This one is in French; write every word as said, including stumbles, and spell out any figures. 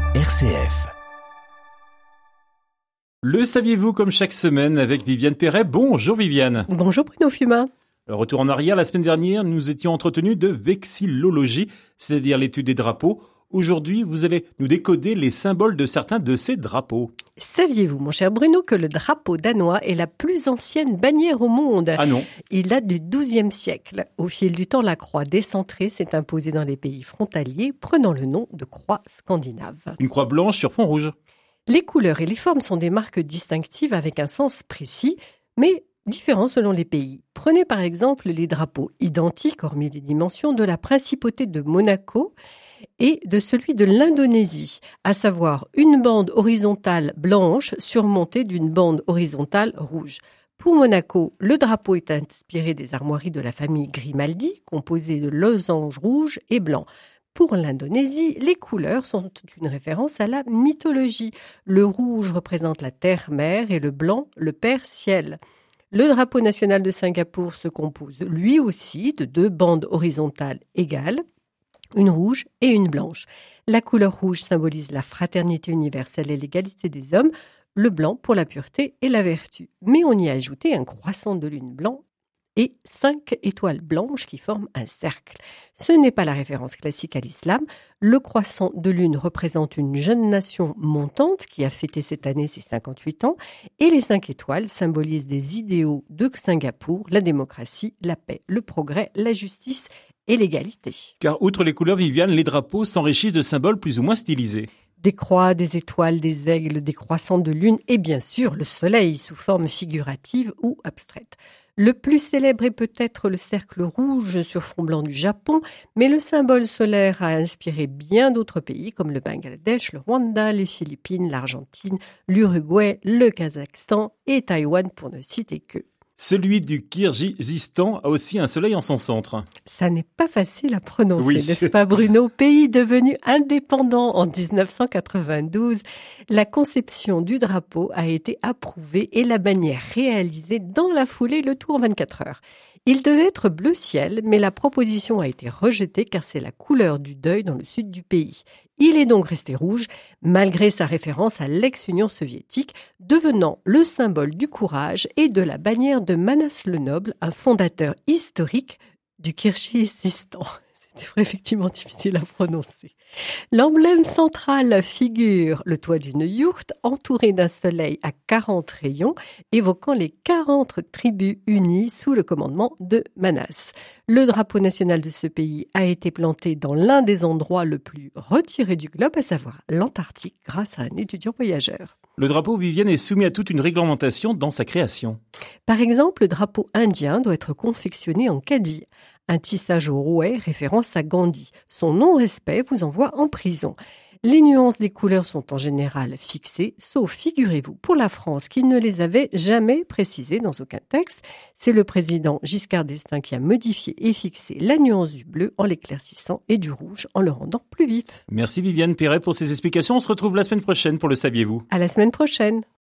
R C F. Le saviez-vous, comme chaque semaine avec Viviane Perret. Bonjour Viviane. Bonjour Bruno Fumain. Le retour en arrière, la semaine dernière, nous étions entretenus de vexillologie, c'est-à-dire l'étude des drapeaux. Aujourd'hui, vous allez nous décoder les symboles de certains de ces drapeaux. Saviez-vous, mon cher Bruno, que le drapeau danois est la plus ancienne bannière au monde ? Ah non. Il date du douzième siècle. Au fil du temps, la croix décentrée s'est imposée dans les pays frontaliers, prenant le nom de croix scandinave. Une croix blanche sur fond rouge. Les couleurs et les formes sont des marques distinctives avec un sens précis, mais différents selon les pays. Prenez par exemple les drapeaux identiques, hormis les dimensions, de la principauté de Monaco et de celui de l'Indonésie, à savoir une bande horizontale blanche surmontée d'une bande horizontale rouge. Pour Monaco, le drapeau est inspiré des armoiries de la famille Grimaldi, composée de losanges rouges et blancs. Pour l'Indonésie, les couleurs sont une référence à la mythologie. Le rouge représente la terre-mère et le blanc, le père-ciel. Le drapeau national de Singapour se compose lui aussi de deux bandes horizontales égales, une rouge et une blanche. La couleur rouge symbolise la fraternité universelle et l'égalité des hommes, le blanc pour la pureté et la vertu. Mais on y a ajouté un croissant de lune blanc et cinq étoiles blanches qui forment un cercle. Ce n'est pas la référence classique à l'islam. Le croissant de lune représente une jeune nation montante qui a fêté cette année ses cinquante-huit ans et les cinq étoiles symbolisent des idéaux de Singapour, la démocratie, la paix, le progrès, la justice et l'égalité. Car outre les couleurs, Viviane, les drapeaux s'enrichissent de symboles plus ou moins stylisés. Des croix, des étoiles, des aigles, des croissants de lune et bien sûr le soleil sous forme figurative ou abstraite. Le plus célèbre est peut-être le cercle rouge sur fond blanc du Japon, mais le symbole solaire a inspiré bien d'autres pays comme le Bangladesh, le Rwanda, les Philippines, l'Argentine, l'Uruguay, le Kazakhstan et Taïwan pour ne citer que. Celui du Kirghizistan a aussi un soleil en son centre. Ça n'est pas facile à prononcer, oui. N'est-ce pas Bruno ? Pays devenu indépendant en dix-neuf cent quatre-vingt-douze, la conception du drapeau a été approuvée et la bannière réalisée dans la foulée, le tout en vingt-quatre heures. Il devait être bleu ciel, mais la proposition a été rejetée car c'est la couleur du deuil dans le sud du pays. Il est donc resté rouge, malgré sa référence à l'ex-Union soviétique, devenant le symbole du courage et de la bannière de Manas le Noble, un fondateur historique du Kirghizistan. C'est effectivement difficile à prononcer. L'emblème central figure le toit d'une yourte entourée d'un soleil à quarante rayons, évoquant les quarante tribus unies sous le commandement de Manas. Le drapeau national de ce pays a été planté dans l'un des endroits le plus retirés du globe, à savoir l'Antarctique, grâce à un étudiant voyageur. Le drapeau, Viviane, est soumis à toute une réglementation dans sa création. Par exemple, le drapeau indien doit être confectionné en caddie, un tissage au rouet référence à Gandhi. Son non-respect vous envoie en prison. Les nuances des couleurs sont en général fixées, sauf, figurez-vous, pour la France qui ne les avait jamais précisées dans aucun texte. C'est le président Giscard d'Estaing qui a modifié et fixé la nuance du bleu en l'éclaircissant et du rouge en le rendant plus vif. Merci Viviane Perret pour ces explications. On se retrouve la semaine prochaine pour le saviez-vous. À la semaine prochaine.